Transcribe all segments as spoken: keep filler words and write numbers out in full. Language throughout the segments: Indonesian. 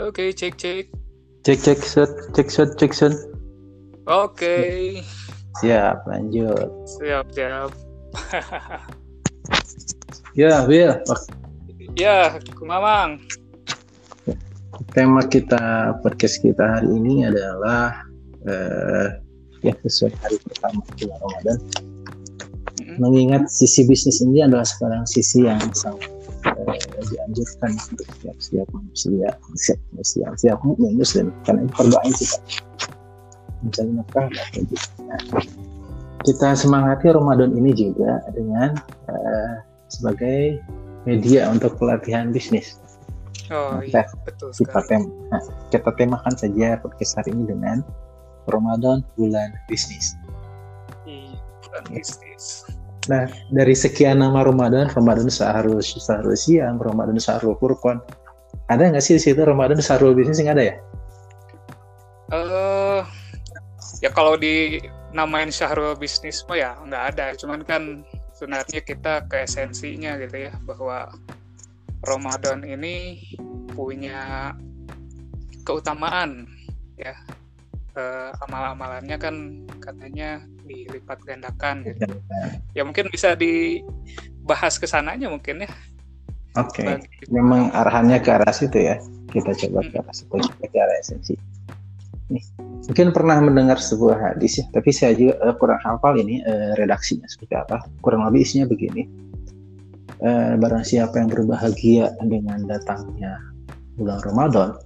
Oke, cek cek. Cek cek set, cek set, cek set. Oke, Siap, lanjut. siap siap. Ya, Will. Ya, kumamang. Tema kita podcast kita hari ini adalah eh, ya sesuai hari pertama bulan Ramadan. Mm-mm. Mengingat sisi bisnis ini adalah sekarang sisi yang sangat eh, dianjurkan untuk setiap setiap manusia, setiap setiap setiap mukmin muslim, karena itu fardu ain kita. Mencari nafkah dan gitu. Nah, kita semangati Ramadan ini juga dengan eh, sebagai media untuk pelatihan bisnis. Oh Nah, iya, kita, betul kita, sekali. tem- nah, kita temakan saja podcast hari ini dengan Ramadan bulan bisnis. Iya, bukan bisnis. Nah, dari sekian nama Ramadan, Ramadan Sahrul Sahrul Siam, Ramadan Sahrul Furqan, ada nggak sih di situ Ramadan Sahrul bisnis yang ada ya? Eh, ya kalau di namain Syahrul bisnis mah ya nggak ada. Cuman kan sebenarnya kita ke esensinya gitu ya, bahwa Ramadan ini punya keutamaan ya. Eh, amal-amalannya kan katanya dilipat gandakan gitu. Ya mungkin bisa dibahas ke sananya mungkin ya. Oke, Bagi- memang arahannya ke arah situ ya. Kita coba ke arah situ, kita ke arah esensi. Nih, mungkin pernah mendengar sebuah hadis ya, tapi saya juga eh, kurang hafal ini eh, redaksinya seperti apa. Kurang lebih isinya begini. Eh, barang siapa yang berbahagia dengan datangnya bulan Ramadan,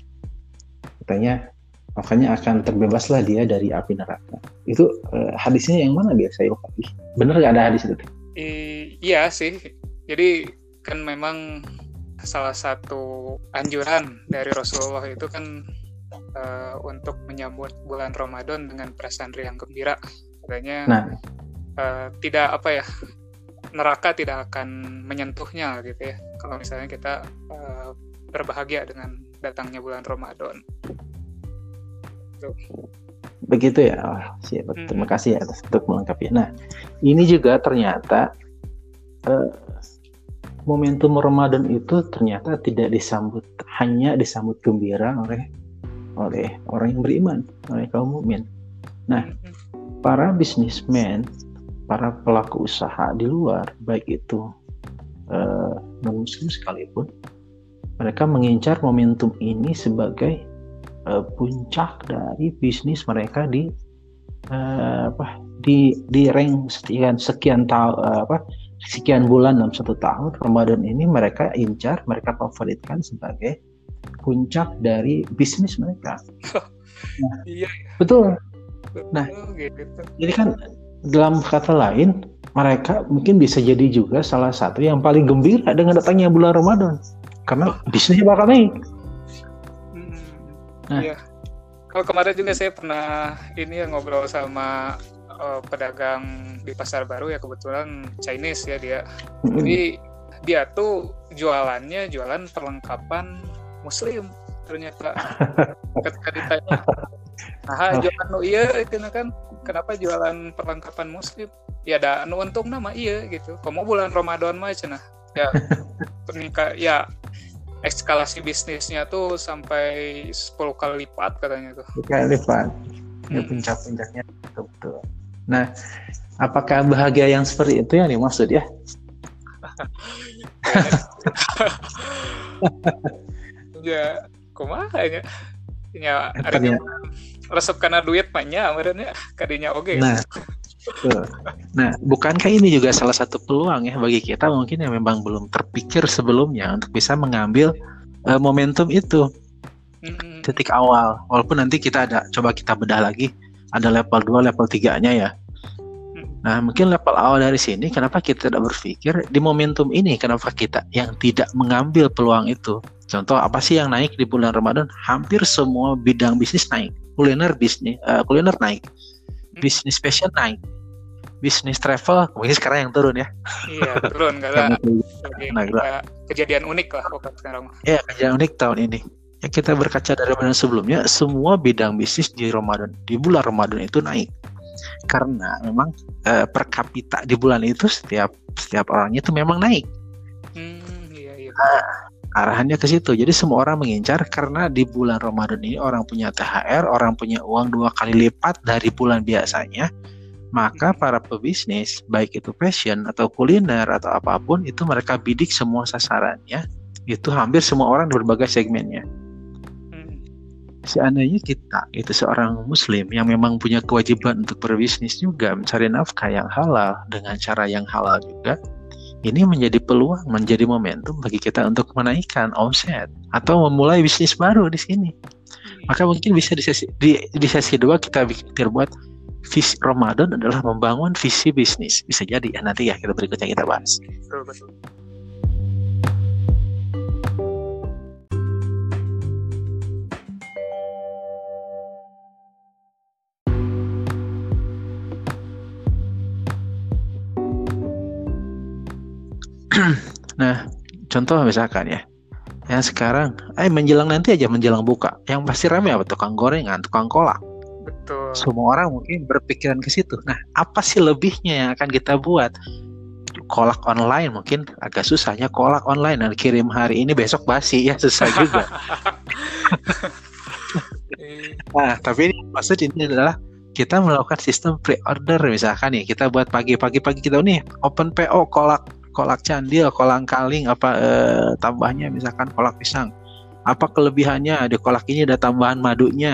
katanya makanya akan terbebaslah dia dari api neraka. Itu eh, hadisnya yang mana biasa ya? Bener nggak ada hadis itu? I- iya sih. Jadi kan memang salah satu anjuran dari Rasulullah itu kan eh, untuk menyambut bulan Ramadan dengan perasaan riang gembira. Katanya Nah, eh, tidak apa ya, neraka tidak akan menyentuhnya gitu ya. Kalau misalnya kita eh, berbahagia dengan datangnya bulan Ramadan. Tuh. begitu ya. Oh, siap. Hmm. Terima kasih ya atas untuk melengkapi. Nah, ini juga ternyata eh, momentum Ramadan itu ternyata tidak disambut hanya disambut gembira oleh oleh orang yang beriman, oleh kaum mukmin. Nah, para bisnismen, para pelaku usaha di luar, baik itu eh, non-muslim sekalipun, mereka mengincar momentum ini sebagai eh, puncak dari bisnis mereka di eh, apa di di rank sekian sekian tahun apa sekian bulan dalam satu tahun Ramadan ini mereka incar, mereka favoritkan sebagai puncak dari bisnis mereka. Iya, Betul. Nah, gitu. jadi kan dalam kata lain, mereka mungkin bisa jadi juga salah satu yang paling gembira dengan datangnya bulan Ramadan. Karena bisnisnya bakal naik. Hmm, Nah. Iya. Kalau kemarin juga saya pernah ini ya ngobrol sama eh, pedagang di Pasar Baru ya, kebetulan Chinese ya dia. Jadi dia tuh jualannya jualan perlengkapan Muslim ternyata. Ketika ditanya, nah jualan nu iya itu kan kenapa jualan perlengkapan Muslim? Ya ada nu untung nama iya gitu. Kamu bulan Ramadan mah cenah. Ya peningkat ya eskalasi bisnisnya tuh sampai sepuluh kali lipat katanya tuh. Kayak lipat. Ya, Hmm. puncak-puncaknya betul-betul. Nah, apakah bahagia yang seperti itu yang dimaksud ya? Ya kumaha nya. Ya Apa ari ya? resep karena duit mah nya meureunnya kadinya oge. Nah, betul. Nah, bukankah ini juga salah satu peluang ya bagi kita mungkin yang memang belum terpikir sebelumnya untuk bisa mengambil eh, momentum itu Hmm. titik awal. Walaupun nanti kita ada coba kita bedah lagi ada level dua, level tiga-nya ya. Nah, mungkin level awal dari sini kenapa kita tidak berpikir di momentum ini, kenapa kita yang tidak mengambil peluang itu. Contoh apa sih yang naik di bulan Ramadan? Hampir semua bidang bisnis naik. Kuliner bisnis, uh, kuliner naik. Bisnis fashion naik. Bisnis travel mungkin sekarang yang turun ya. Iya, turun karena Nah, ada kejadian unik lah waktu sekarang. ya, kejadian unik tahun ini. Ya, kita berkaca dari Ramadan sebelumnya, semua bidang bisnis di Ramadan, di bulan Ramadan itu naik. Karena memang eh, per kapita di bulan itu setiap setiap orangnya itu memang naik. Hmm, iya iya. arahannya ke situ. Jadi semua orang mengincar karena di bulan Ramadan ini orang punya T H R, orang punya uang dua kali lipat dari bulan biasanya. Maka para pebisnis, baik itu fashion atau kuliner atau apapun, itu mereka bidik semua sasarannya. Itu hampir semua orang di berbagai segmennya. Seandainya kita itu seorang muslim yang memang punya kewajiban untuk berbisnis juga, mencari nafkah yang halal dengan cara yang halal juga, ini menjadi peluang, menjadi momentum bagi kita untuk menaikkan omset atau memulai bisnis baru di sini. Maka mungkin bisa di sesi di, di sesi dua kita pikir buat visi Ramadan adalah membangun visi bisnis. Bisa jadi ya, nanti ya kita berikutnya kita bahas. Betul, betul. Nah, contoh misalkan ya, yang sekarang, eh menjelang nanti aja menjelang buka, yang pasti ramai apa? Tukang gorengan, tukang kolak. Betul. Semua orang mungkin berpikiran ke situ. Nah, apa sih lebihnya yang akan kita buat? Kolak online mungkin agak susahnya, kolak online dan kirim hari ini besok basi ya, susah juga. Nah, tapi ini maksud ini adalah kita melakukan sistem pre-order misalkan nih, kita buat pagi-pagi pagi kita nih open P O kolak kolak candil, kolang kaling, apa eh, tambahnya misalkan kolak pisang. Apa kelebihannya di kolak ini ada tambahan madunya.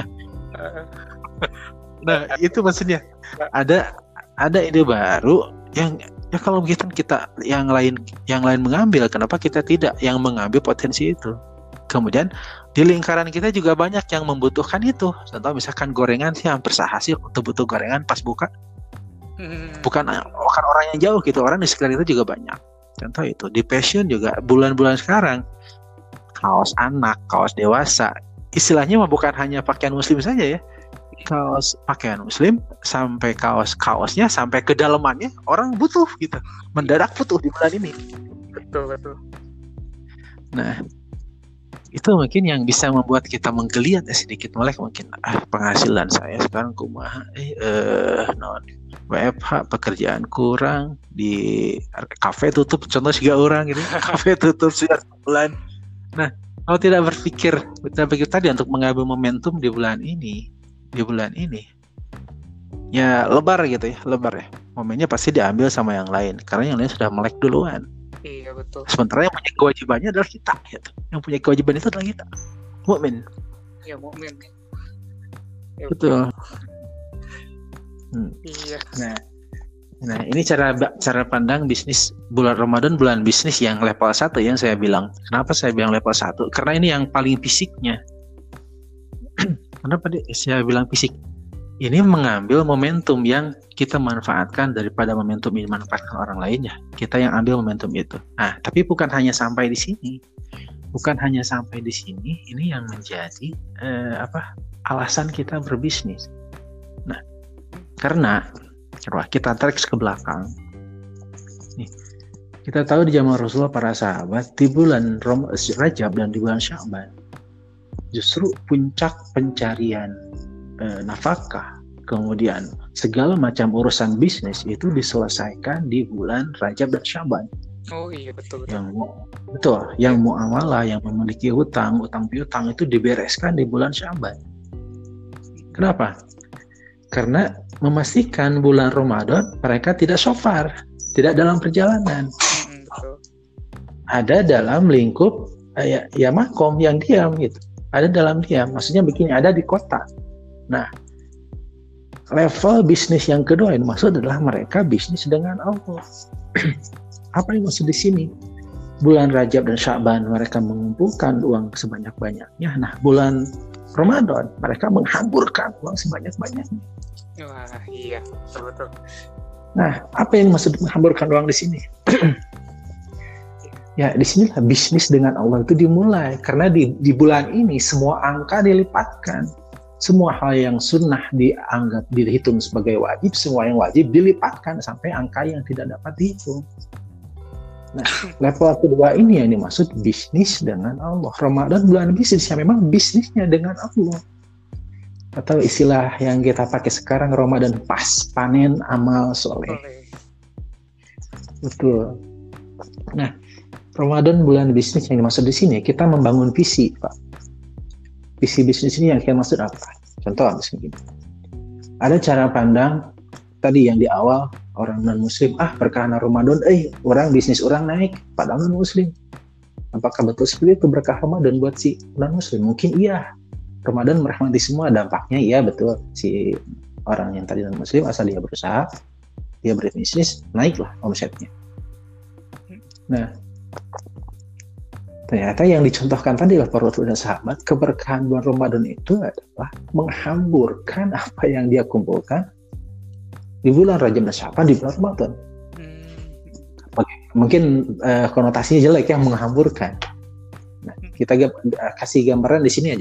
Nah, itu maksudnya ada ada ide baru yang ya kalau begitu kita yang lain yang lain mengambil, kenapa kita tidak yang mengambil potensi itu? Kemudian di lingkaran kita juga banyak yang membutuhkan itu. Contoh misalkan gorengan sih hampir sahasi untuk butuh gorengan pas buka. Bukan bukan orang yang jauh gitu, orang di sekitar itu juga banyak. Contoh itu di fashion juga bulan-bulan sekarang kaos anak, kaos dewasa, istilahnya mah bukan hanya pakaian muslim saja ya, kaos pakaian muslim sampai kaos-kaosnya sampai ke dalamannya orang butuh gitu, mendadak butuh di bulan ini. Betul, betul. Nah, itu mungkin yang bisa membuat kita menggeliat ya, sedikit melek mungkin ah penghasilan saya sekarang kumaha eh, eh non W F H pekerjaan kurang, di kafe tutup contoh tiga orang gitu, kafe tutup sudah sebulan. Nah, kalau tidak berpikir kita pikir tadi untuk mengambil momentum di bulan ini di bulan ini ya lebar gitu ya, lebar ya, momennya pasti diambil sama yang lain karena yang lain sudah melek duluan. Iya, betul. Sementara yang punya kewajibannya adalah kita, gitu. Yang punya kewajiban itu adalah kita, mukmin. Ya, mukmin. Ya, betul. Hmm. Iya. Nah, nah ini cara cara pandang bisnis bulan Ramadan, bulan bisnis yang level satu yang saya bilang. Kenapa saya bilang level satu? Karena ini yang paling fisiknya. Kenapa saya bilang fisik? Ini mengambil momentum yang kita manfaatkan daripada momentum ini manfaatkan orang lainnya. Kita yang ambil momentum itu. Nah, tapi bukan hanya sampai di sini. Bukan hanya sampai di sini. Ini yang menjadi eh, apa? alasan kita berbisnis. Nah, karena coba kita tarik ke belakang. Nih, kita tahu di zaman Rasulullah para sahabat di bulan Rom- Rajab dan di bulan Sya'ban justru puncak pencarian E, nafkah, kemudian segala macam urusan bisnis itu diselesaikan di bulan Rajab dan Sya'ban. Oh iya, betul betul. Yang betul, yang muamalah, yang memiliki hutang, utang piutang itu dibereskan di bulan Sya'ban. Kenapa? Karena memastikan bulan Ramadan mereka tidak sofar, tidak dalam perjalanan. Hmm, betul. Ada dalam lingkup ya, ya makom yang diam gitu. Ada dalam diam, maksudnya begini, ada di kota. Nah, level bisnis yang kedua yang maksud adalah mereka bisnis dengan Allah. Apa yang maksud di sini? Bulan Rajab dan Sya'ban mereka mengumpulkan uang sebanyak-banyaknya. Nah, bulan Ramadan mereka menghamburkan uang sebanyak-banyaknya. Wah, iya, betul-betul. Nah, apa yang maksud menghamburkan uang di sini? Ya, di sinilah bisnis dengan Allah itu dimulai. Karena di, di bulan ini semua angka dilipatkan. Semua hal yang sunnah dianggap dihitung sebagai wajib, semua yang wajib dilipatkan sampai angka yang tidak dapat dihitung. Nah, level kedua ini yang dimaksud bisnis dengan Allah. Ramadan bulan bisnis yang memang bisnisnya dengan Allah. Atau istilah yang kita pakai sekarang Ramadan pas, panen amal soleh. Betul. Nah, Ramadan bulan bisnis yang dimaksud di sini, kita membangun visi, Pak. Visi bisnis ini yang kita maksud apa? Contoh misalnya gini. Ada cara pandang tadi yang di awal, orang non-muslim, ah berkah Ramadan, eh orang bisnis orang naik, padahal non-muslim. Apakah betul seperti itu berkah Ramadan buat si non-muslim? Mungkin iya. Ramadan merahmati semua, dampaknya iya betul. Si orang yang tadi non-muslim, asal dia berusaha, dia berbisnis, naiklah omsetnya. Nah, ternyata yang dicontohkan tadi oleh para ulama dan sahabat, keberkahan bulan Ramadan itu adalah menghamburkan apa yang dia kumpulkan di bulan Rajab dan Sya'ban di bulan Ramadan. Mungkin uh, konotasinya jelek yang menghamburkan. Nah, kita g- kasih gambaran di sini aja.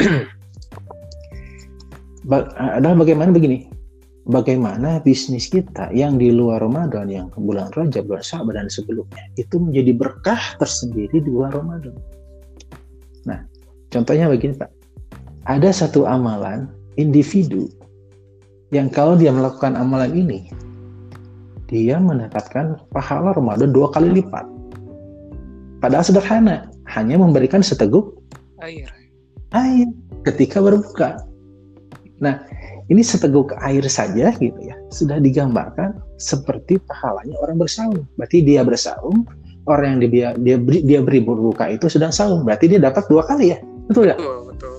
ba- adalah bagaimana begini? Bagaimana bisnis kita yang di luar Ramadan, yang bulan Rajab, bulan Sya'ban dan sebelumnya itu menjadi berkah tersendiri di bulan Ramadan. Nah, contohnya begini Pak. Ada satu amalan individu yang kalau dia melakukan amalan ini, dia mendapatkan pahala Ramadan dua kali lipat. Padahal sederhana, hanya memberikan seteguk air. air ketika berbuka. Nah, ini seteguk air saja gitu ya, sudah digambarkan seperti pahalanya orang bersaum. Berarti dia bersaum, orang yang dia dia beri, dia beri berbuka itu sedang saum. Berarti dia dapat dua kali ya, betul ya? Betul, betul.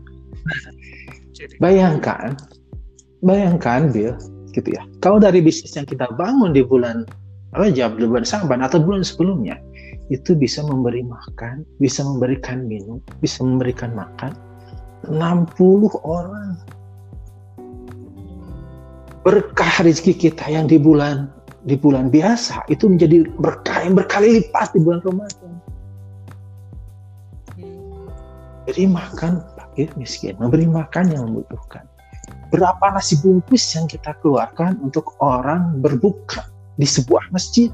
Bayangkan, bayangkan Bill, gitu ya. Kalau dari bisnis yang kita bangun di bulan Rajab, di bulan Sya'ban atau bulan sebelumnya, itu bisa memberi makan, bisa memberikan minum, bisa memberikan makan enam puluh orang. Berkah rezeki kita yang di bulan di bulan biasa itu menjadi berkah yang berkali lipat di bulan Ramadan. Beri makan fakir miskin, memberi makan yang membutuhkan. Berapa nasi bungkus yang kita keluarkan untuk orang berbuka di sebuah masjid?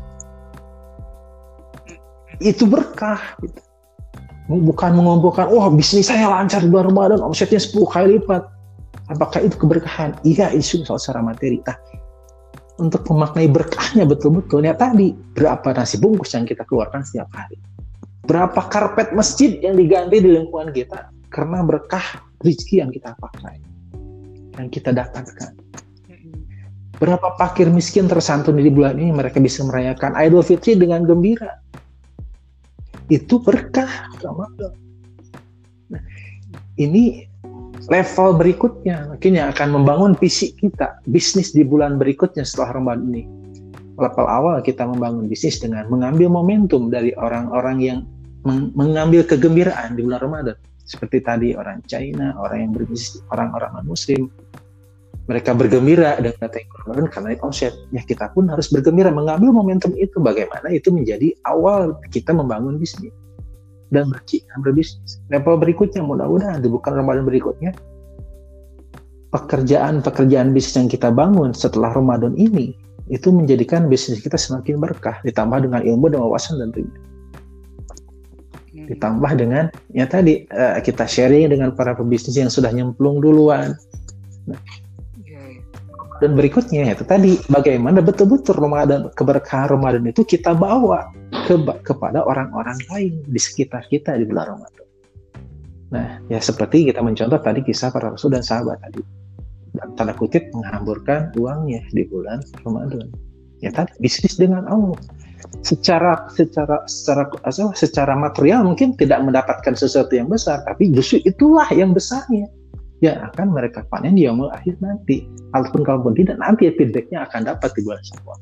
Itu berkah. Gitu. Bukan mengumpulkan, oh bisnis saya lancar di bulan Ramadan, omsetnya sepuluh kali lipat. Apakah itu keberkahan? Iya, itu secara materi. Nah, untuk memaknai berkahnya betul-betul, ya tadi, berapa nasi bungkus yang kita keluarkan setiap hari? Berapa karpet masjid yang diganti di lingkungan kita karena berkah rezeki yang kita pakai, yang kita dapatkan. Berapa fakir miskin tersantuni di bulan ini, mereka bisa merayakan Idul Fitri dengan gembira. Itu berkah Ramadan. Nah, ini level berikutnya, mungkin yang akan membangun visi kita, bisnis di bulan berikutnya setelah Ramadan ini. Level awal kita membangun bisnis dengan mengambil momentum dari orang-orang yang meng- mengambil kegembiraan di bulan Ramadan. Seperti tadi orang China, orang yang berbisnis, orang-orang non-muslim. Mereka bergembira dengan data Ramadan karena omset. Ya kita pun harus bergembira mengambil momentum itu. Bagaimana itu menjadi awal kita membangun bisnis dan berbisnis. Level berikutnya mudah-mudahan di bukan Ramadan berikutnya, pekerjaan-pekerjaan bisnis yang kita bangun setelah Ramadan ini itu menjadikan bisnis kita semakin berkah, ditambah dengan ilmu dan wawasan tentunya. Ditambah dengan ya tadi uh, kita sharing dengan para pebisnis yang sudah nyemplung duluan. Nah, dan berikutnya itu tadi bagaimana betul-betul Ramadan, keberkahan Ramadan itu kita bawa ke, kepada orang-orang lain di sekitar kita di bulan Ramadan. Nah, ya seperti kita mencontoh tadi kisah para rasul dan sahabat tadi. Dan tanda kutip menghamburkan uangnya di bulan Ramadan. Ya tadi bisnis dengan Allah. Secara secara secara secara material mungkin tidak mendapatkan sesuatu yang besar, tapi justru itulah yang besarnya. Ya akan mereka panen di yaumul akhir nanti. Ataupun kalaupun tidak, nanti feedbacknya akan dapat di bulan Syawal.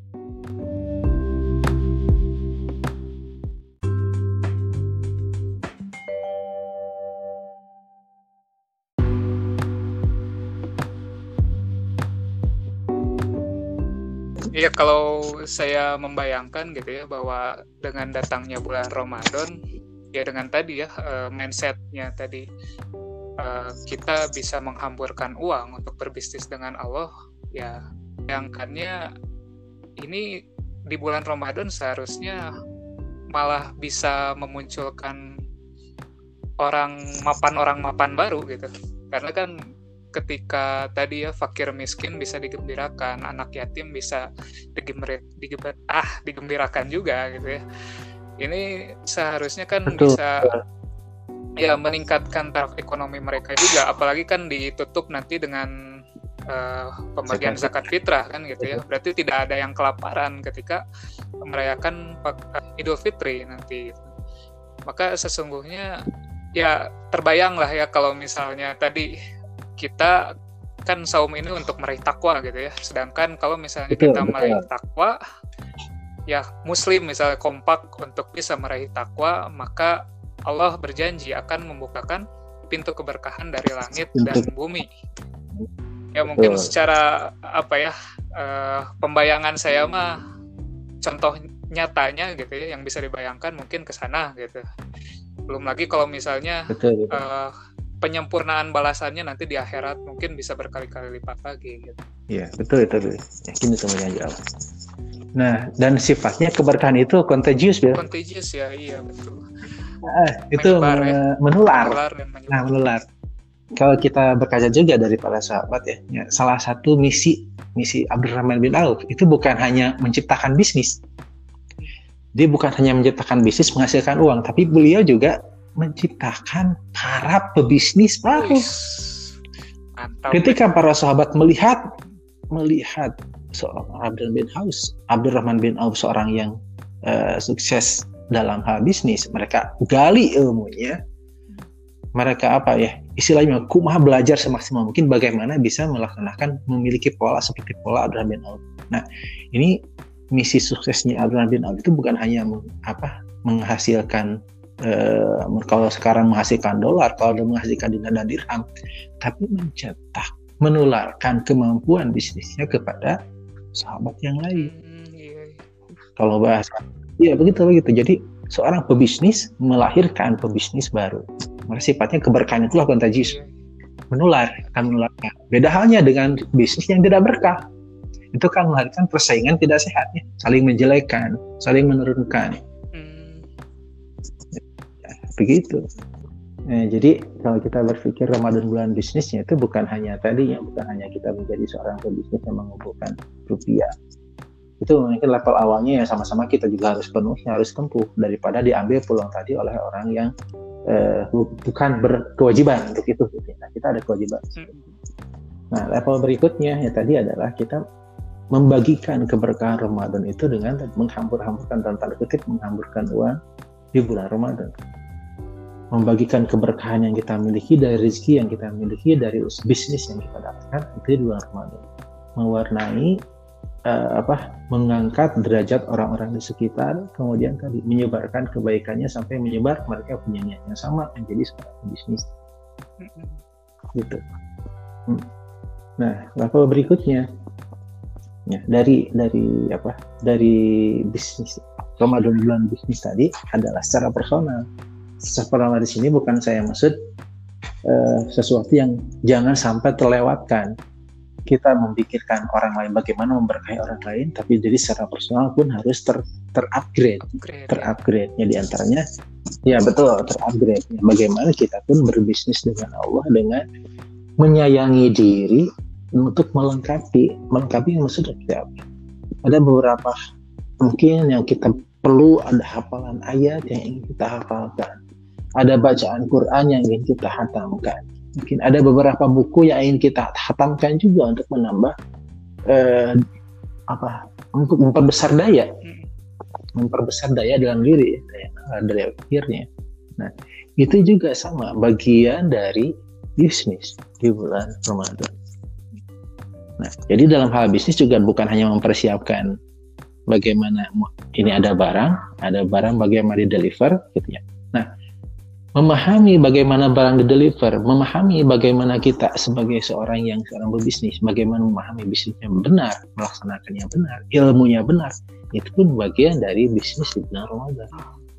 Iya, kalau saya membayangkan gitu ya bahwa dengan datangnya bulan Ramadan, ya dengan tadi ya mindsetnya tadi, kita bisa menghamburkan uang untuk berbisnis dengan Allah, ya bayangkannya ini di bulan Ramadan seharusnya malah bisa memunculkan orang mapan orang mapan baru gitu, karena kan ketika tadi ya fakir miskin bisa digembirakan, anak yatim bisa digembir, digembir, ah digembirakan juga gitu ya. ini seharusnya kan Betul. bisa ya meningkatkan taraf ekonomi mereka juga, apalagi kan ditutup nanti dengan uh, pembagian zakat fitrah kan gitu ya. Berarti tidak ada yang kelaparan ketika merayakan Idul Fitri nanti. Maka sesungguhnya ya terbayang lah ya kalau misalnya tadi kita kan saum ini untuk meraih takwa gitu ya. Sedangkan kalau misalnya Betul, kita betul. meraih takwa, ya muslim misalnya kompak untuk bisa meraih takwa, maka Allah berjanji akan membukakan pintu keberkahan dari langit Pintu. dan bumi. Ya mungkin Betul. secara apa ya uh, pembayangan saya mah contoh nyatanya gitu ya yang bisa dibayangkan mungkin ke sana gitu. Belum lagi kalau misalnya Betul, betul. Uh, penyempurnaan balasannya nanti di akhirat mungkin bisa berkali-kali lipat lagi gitu. Iya, betul itu, yakin itu menjawab. Nah, dan sifatnya keberkahan itu contagious, ya. Contagious ya, iya betul. Nah, itu menyebar, men- ya. menular. menular dan menyebar. Nah, menular. Kalau kita berkaca juga dari para sahabat ya, ya, salah satu misi misi Abdurrahman bin Auf itu bukan hanya menciptakan bisnis. Dia bukan hanya menciptakan bisnis menghasilkan uang, tapi beliau juga menciptakan para pebisnis baru. Mantap. Ketika para sahabat melihat melihat seorang Abdurrahman bin Auf, Abdurrahman bin Auf seorang yang uh, sukses dalam hal bisnis, mereka gali ilmunya. Mereka apa ya? Istilahnya kumaha belajar semaksimal mungkin bagaimana bisa melaksanakan memiliki pola seperti pola Abdurrahman bin Auf. Nah, ini misi suksesnya Abdurrahman bin Auf itu bukan hanya apa menghasilkan Uh, kalau sekarang menghasilkan dolar, kalau dulu menghasilkan dinar dan dirham, tapi mencetak, menularkan kemampuan bisnisnya kepada sahabat yang lain. Hmm, iya. Kalau bahasa, ya begitu begitu. Jadi seorang pebisnis melahirkan pebisnis baru. Maka sifatnya keberkahan itulah contagious, Iya. menular, akan menularkan. Beda halnya dengan bisnis yang tidak berkah. Itu kan melahirkan persaingan tidak sehat, ya. Saling menjelekan, saling menurunkan. Begitu. Nah, jadi kalau kita berpikir Ramadan bulan bisnisnya itu bukan hanya tadi ya, bukan hanya kita menjadi seorang pebisnis yang mengumpulkan rupiah. Itu mungkin level awalnya ya sama-sama kita juga harus penuh, harus tempuh daripada diambil peluang tadi oleh orang yang eh, bukan berkewajiban untuk itu. Nah, kita ada kewajiban. Nah, level berikutnya ya tadi adalah kita membagikan keberkahan Ramadan itu dengan menghambur-hamburkan dalam tanda kutip menghamburkan uang di bulan Ramadan. Membagikan keberkahan yang kita miliki dari rezeki yang kita miliki dari bisnis yang kita dapatkan itu di bulan Ramadan, mewarnai uh, apa mengangkat derajat orang-orang di sekitar, kemudian tadi menyebarkan kebaikannya sampai menyebar mereka punya niat yang sama menjadi seorang bisnis gitu. hmm. Nah, level berikutnya ya dari dari apa dari bisnis Ramadan bulan bisnis tadi adalah secara personal. Secara di sini bukan saya maksud uh, sesuatu yang jangan sampai terlewatkan. Kita memikirkan orang lain bagaimana memberkahi orang lain, tapi jadi secara personal pun harus ter terupgrade, terupgrade. Ya diantaranya, ya betul terupgrade. Bagaimana kita pun berbisnis dengan Allah dengan menyayangi diri untuk melengkapi, melengkapi maksudnya apa? Ada beberapa mungkin yang kita perlu, ada hafalan ayat yang ingin kita hafalkan. Ada bacaan Quran yang ingin kita hatamkan. Mungkin ada beberapa buku yang ingin kita hatamkan juga untuk menambah eh, apa? Untuk memperbesar daya, memperbesar daya dalam diri, daya, daya pikirnya. Nah, itu juga sama bagian dari bisnis di bulan Ramadan. Nah, jadi dalam hal bisnis juga bukan hanya mempersiapkan bagaimana ini ada barang, ada barang bagaimana di deliver, gitu ya. Nah, memahami bagaimana barang di-deliver, memahami bagaimana kita sebagai seorang yang seorang berbisnis, bagaimana memahami bisnisnya benar, melaksanakannya benar, ilmunya benar, itu pun bagian dari bisnis di bulan Ramadan.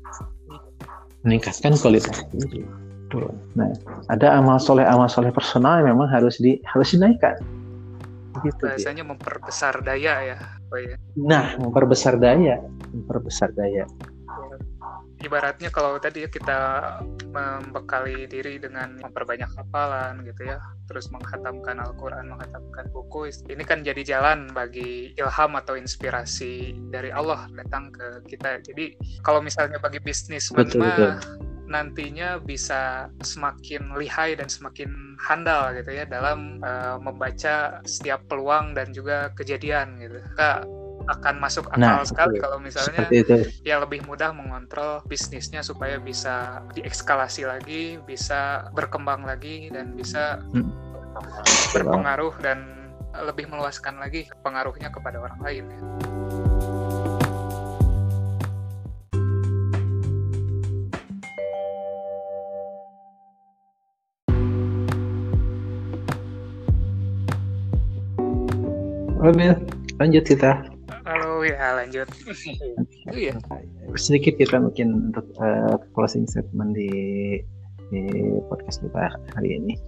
Meningkatkan kualitas diri. Nah, ada amal soleh amal soleh personal yang memang harus di harus dinaikkan. Gitu, bahasanya dia. Memperbesar daya ya. Oh, ya. Nah, memperbesar daya, memperbesar daya. ibaratnya kalau tadi ya kita membekali diri dengan memperbanyak hafalan gitu ya, terus menghatamkan Al-Quran, menghatamkan buku, ini kan jadi jalan bagi ilham atau inspirasi dari Allah datang ke kita. Jadi kalau misalnya bagi bisnismen mah nantinya bisa semakin lihai dan semakin handal gitu ya dalam uh, membaca setiap peluang dan juga kejadian gitu. Kak, akan masuk akal nah, sekali itu, kalau misalnya ya lebih mudah mengontrol bisnisnya supaya bisa diekskalasi lagi, bisa berkembang lagi, dan bisa hmm. berpengaruh dan lebih meluaskan lagi pengaruhnya kepada orang lain ya. Oke, lanjut kita. Halo ya, lanjut. Iya. Sedikit kita mungkin untuk uh, closing statement di, di podcast kita hari ini.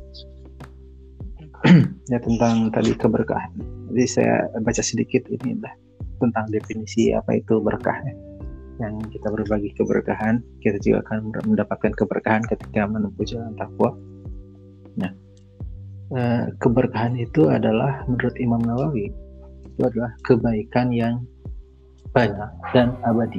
Ya tentang tadi keberkahan. Jadi saya baca sedikit ini lah tentang definisi apa itu berkah ya. Yang kita berbagi keberkahan, kita juga akan mendapatkan keberkahan ketika menempuh jalan takwa. Nah, uh, keberkahan itu adalah menurut Imam Nawawi itu adalah kebaikan yang banyak dan abadi.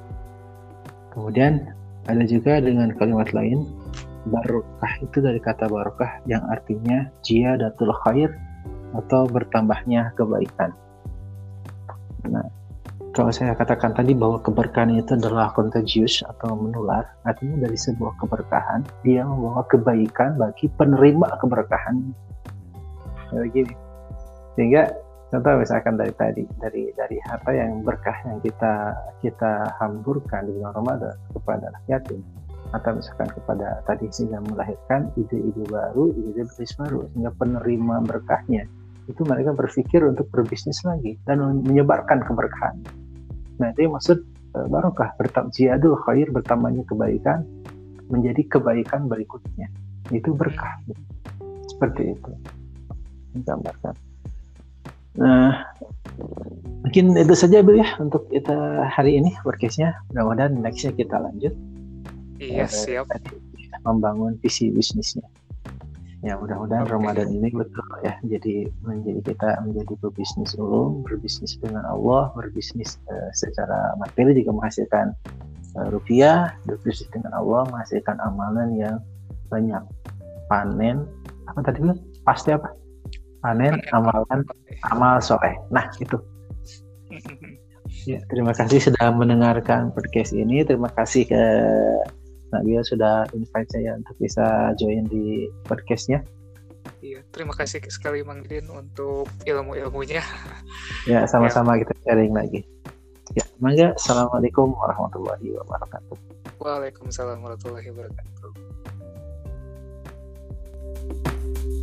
Kemudian ada juga dengan kalimat lain, barokah itu dari kata barokah yang artinya ziyadatul khair atau bertambahnya kebaikan. Nah, kalau saya katakan tadi bahwa keberkahan itu adalah contagious atau menular, artinya dari sebuah keberkahan dia membawa kebaikan bagi penerima keberkahan. Begini. Sehingga contoh misalkan dari tadi dari dari harta yang berkah yang kita kita hamburkan di bulan Ramadan kepada anak yatim, atau misalkan kepada tadi sehingga melahirkan ide-ide baru, ide-ide bisnis baru, sehingga penerima berkahnya itu mereka berpikir untuk berbisnis lagi dan menyebarkan keberkahan. Nah, itu yang maksud uh, barokah, bertambah khair, bertambahnya kebaikan menjadi kebaikan berikutnya. Itu berkah. Seperti itu. Digambarkan. Nah, mungkin itu saja Bil ya untuk kita hari ini podcastnya. Mudah-mudahan nextnya kita lanjut. Iya, siap. Membangun visi bisnisnya. Ya, mudah-mudahan okay. Ramadan ini betul ya. Jadi menjadi kita menjadi pebisnis ulung, berbisnis dengan Allah, berbisnis uh, secara materi juga menghasilkan uh, rupiah, berbisnis dengan Allah menghasilkan amalan yang banyak. Panen apa tadi Bil? Pasti apa? Panen, amalan, amal soleh. Nah, itu. Ya, terima kasih sudah mendengarkan podcast ini. Terima kasih ke Nabil sudah invite saya untuk bisa join di podcastnya. Iya, terima kasih sekali Mang Didin untuk ilmu-ilmunya. Ya, sama-sama ya. Kita sharing lagi. Ya, Mangga. Assalamualaikum warahmatullahi wabarakatuh. Waalaikumsalam warahmatullahi wabarakatuh.